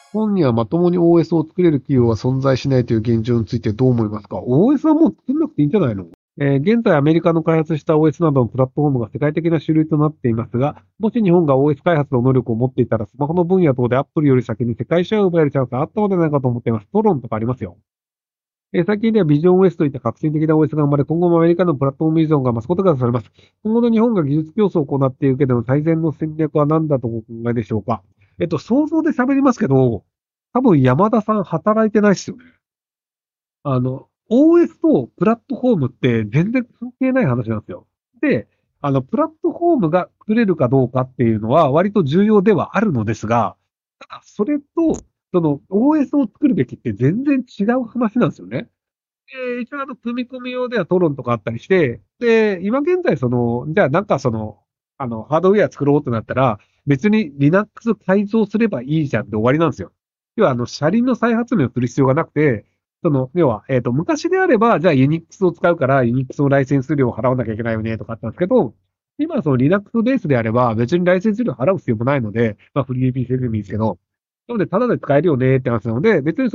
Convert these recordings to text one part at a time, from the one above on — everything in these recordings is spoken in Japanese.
本にはまともに OS を作れる企業は存在しないという現状についてどう思いますか？ OS はもう作んなくていいんじゃないの？現在アメリカの開発した OS などのプラットフォームが世界的な主流となっていますが、もし日本が OS 開発の能力を持っていたら、スマホの分野等でアップルより先に世界シェアを奪えるチャンスがあったのではないかと思っています。トロンとかありますよ。最近ではビジョン OS といった革新的な OS が生まれ、今後もアメリカのプラットフォーム依存が増すことがされます。今後の日本が技術競争を行っていく上での最善の戦略は何だとお考えでしょうか？想像で喋りますけど、多分山田さん働いてないっすよね。OS とプラットフォームって全然関係ない話なんですよ。で、プラットフォームが作れるかどうかっていうのは割と重要ではあるのですが、ただそれと、その OS を作るべきって全然違う話なんですよね。一応組み込み用ではトロンとかあったりして、で、今現在じゃあなんかハードウェア作ろうってなったら、別に Linux 改造すればいいじゃんで終わりなんですよ。要は車輪の再発明をする必要がなくて、要は、昔であれば、じゃあ Unix を使うから Unix のライセンス料を払わなきゃいけないよねとかあったんですけど、今はその Linux ベースであれば、別にライセンス料払う必要もないので、まあフリー APC でもいいですけど、なので、ただで使えるよねって話なので、別に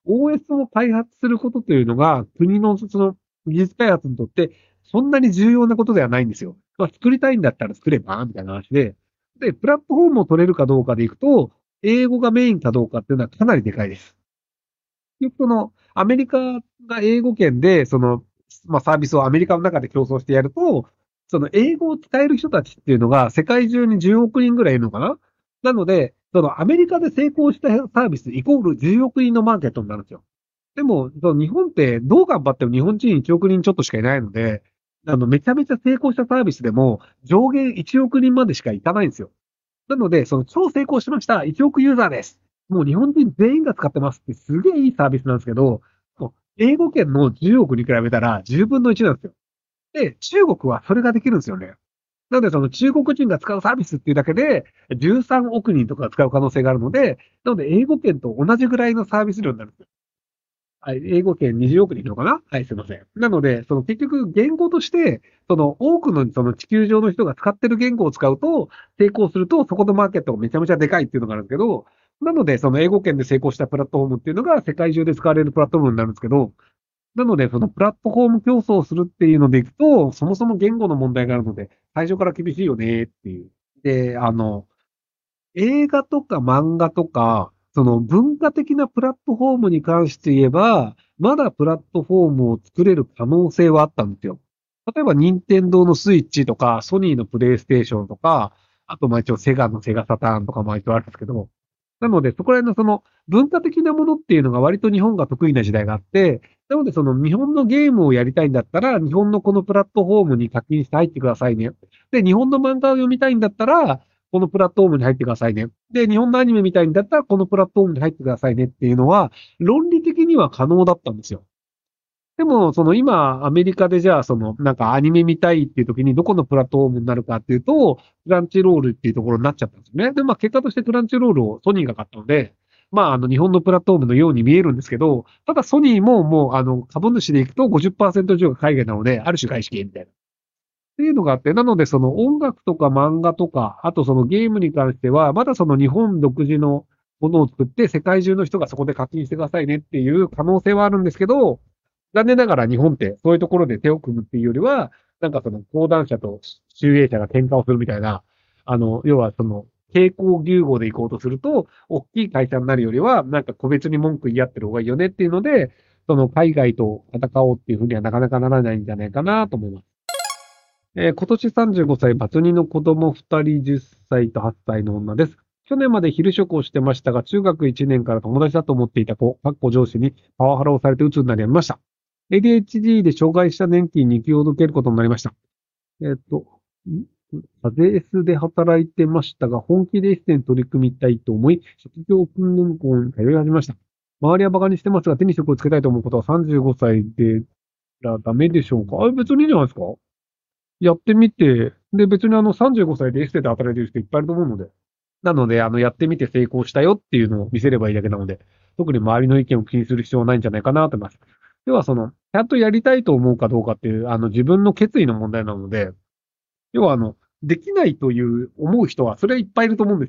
OS を開発することというのが、国の技術開発にとって、そんなに重要なことではないんですよ。まあ、作りたいんだったら作れば、みたいな話で。で、プラットフォームを取れるかどうかでいくと、英語がメインかどうかっていうのはかなりでかいです。よくアメリカが英語圏で、まあ、サービスをアメリカの中で競争してやると、その英語を使える人たちっていうのが世界中に10億人ぐらいいるのかな。なので、アメリカで成功したサービスイコール10億人のマーケットになるんですよ。でも、日本ってどう頑張っても日本人1億人ちょっとしかいないので、めちゃめちゃ成功したサービスでも上限1億人までしかいかないんですよ。なので、超成功しました。1億ユーザーです。もう日本人全員が使ってますってすげえいいサービスなんですけど、もう英語圏の10億に比べたら10分の1なんですよ。で、中国はそれができるんですよね。なので、その中国人が使うサービスっていうだけで13億人とか使う可能性があるので、なので英語圏と同じぐらいのサービス量になるんですよ。はい、英語圏20億人いるのかな。はい、すいません。なので、結局言語として、多くの地球上の人が使ってる言語を使うと、成功すると、そこのマーケットがめちゃめちゃでかいっていうのがあるんですけど、なので、その英語圏で成功したプラットフォームっていうのが世界中で使われるプラットフォームになるんですけど、なので、そのプラットフォーム競争をするっていうのでいくと、そもそも言語の問題があるので、最初から厳しいよねっていう。で、映画とか漫画とか、その文化的なプラットフォームに関して言えば、まだプラットフォームを作れる可能性はあったんですよ。例えば、任天堂のスイッチとか、ソニーのプレイステーションとか、あと、まあ一応セガのセガサターンとかも一応あるんですけど、なので、そこら辺の文化的なものっていうのが割と日本が得意な時代があって、なので日本のゲームをやりたいんだったら、日本のこのプラットフォームに課金して入ってくださいね。で、日本の漫画を読みたいんだったら、このプラットフォームに入ってくださいね。で、日本のアニメみたいんだったら、このプラットフォームに入ってくださいねっていうのは、論理的には可能だったんですよ。でも、今、アメリカでじゃあ、なんかアニメ見たいっていう時に、どこのプラットフォームになるかっていうと、クランチロールっていうところになっちゃったんですよね。で、まあ、結果としてクランチロールをソニーが買ったので、まあ、日本のプラットフォームのように見えるんですけど、ただソニーももう、株主でいくと50%以上が海外なので、ある種外資系みたいな。っていうのがあって、なので音楽とか漫画とか、あとゲームに関しては、まだ日本独自のものを作って、世界中の人がそこで課金してくださいねっていう可能性はあるんですけど、残念ながら日本ってそういうところで手を組むっていうよりは、なんか講談社と集英社が喧嘩をするみたいな、要は傾向牛語で行こうとすると、大きい会社になるよりは、なんか個別に文句言い合ってる方がいいよねっていうので、海外と戦おうっていうふうにはなかなかならないんじゃないかなと思います。今年35歳、バツ2の子供2人、10歳と8歳の女です。去年まで昼職をしてましたが、中学1年から友達だと思っていた子、上司にパワハラをされて鬱になりました。ADHD で障害者年金に気を抜けることになりました。えっと、カゼエスで働いてましたが、本気でエッセン取り組みたいと思い、職業訓練校に通い始めました。周りは馬鹿にしてますが、手に職をつけたいと思うことは35歳でダメでしょうか？別にいいんじゃないですか？やってみて、で、別に35歳でエステで働いてる人いっぱいいると思うので。なので、やってみて成功したよっていうのを見せればいいだけなので、特に周りの意見を気にする必要はないんじゃないかなと思います。要はちゃんとやりたいと思うかどうかっていう、自分の決意の問題なので、要はできないという思う人は、それはいっぱいいると思うんですよ。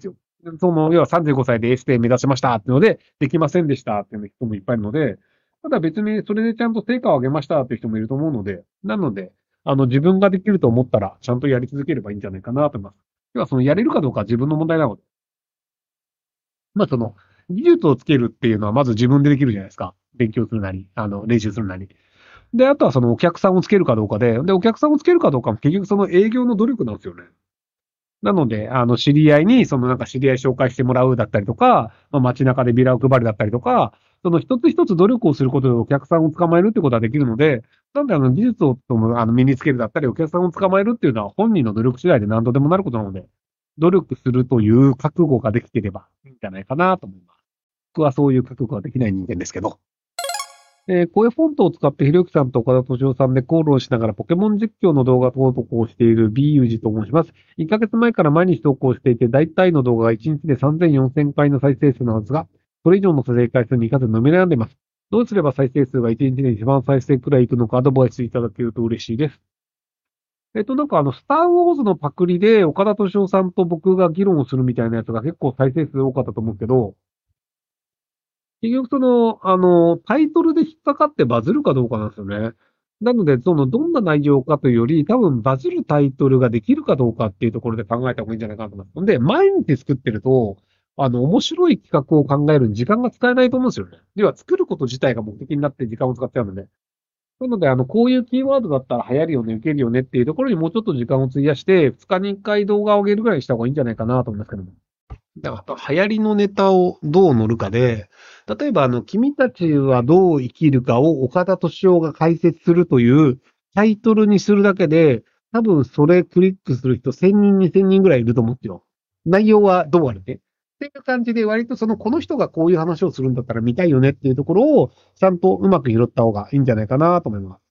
要は35歳でエステ目指しましたっていうので、できませんでしたっていう人もいっぱいいるので、ただ別にそれでちゃんと成果を上げましたっていう人もいると思うので、なので、自分ができると思ったら、ちゃんとやり続ければいいんじゃないかなと思います。要はやれるかどうかは自分の問題なので、技術をつけるっていうのはまず自分でできるじゃないですか。勉強するなり、練習するなり。で、あとはお客さんをつけるかどうかで、お客さんをつけるかどうかも結局その営業の努力なんですよね。なので、知り合いに、知り合い紹介してもらうだったりとか、街中でビラを配るだったりとか、一つ一つ努力をすることでお客さんを捕まえるってことができるので、なんで技術を身につけるだったり、お客さんを捕まえるっていうのは本人の努力次第で何度でもなることなので、努力するという覚悟ができていればいいんじゃないかなと思います。僕はそういう覚悟ができない人間ですけど。こういうフォントを使ってひろゆきさんと岡田敏夫さんで口論しながらポケモン実況の動画投稿をしている B ユージと申します。1ヶ月前から毎日投稿していて、大体の動画が1日で3000、4000回の再生数なんですが、それ以上の再生回数に数飲み悩んでいます。どうすれば再生数が1日で一番再生くらいいくのかアドバイスいただけると嬉しいです。スターウォーズのパクリで岡田敏夫さんと僕が議論をするみたいなやつが結構再生数多かったと思うけど、結局タイトルで引っかかってバズるかどうかなんですよね。なので、どんな内容かというより、多分バズるタイトルができるかどうかっていうところで考えた方がいいんじゃないかなと思います。で、毎日作ってると、面白い企画を考えるに時間が使えないと思うんですよね。要は作ること自体が目的になって時間を使っちゃうので。なので、こういうキーワードだったら流行るよね、受けるよねっていうところにもうちょっと時間を費やして、2日に1回動画を上げるぐらいにした方がいいんじゃないかなと思いますけども。だから流行りのネタをどう乗るかで、例えば君たちはどう生きるかを岡田敏夫が解説するというタイトルにするだけで、多分それクリックする人1000人、2000人ぐらいいると思うんですよ。内容はどうあれて。っていう感じで割とこの人がこういう話をするんだったら見たいよねっていうところをちゃんとうまく拾った方がいいんじゃないかなと思います。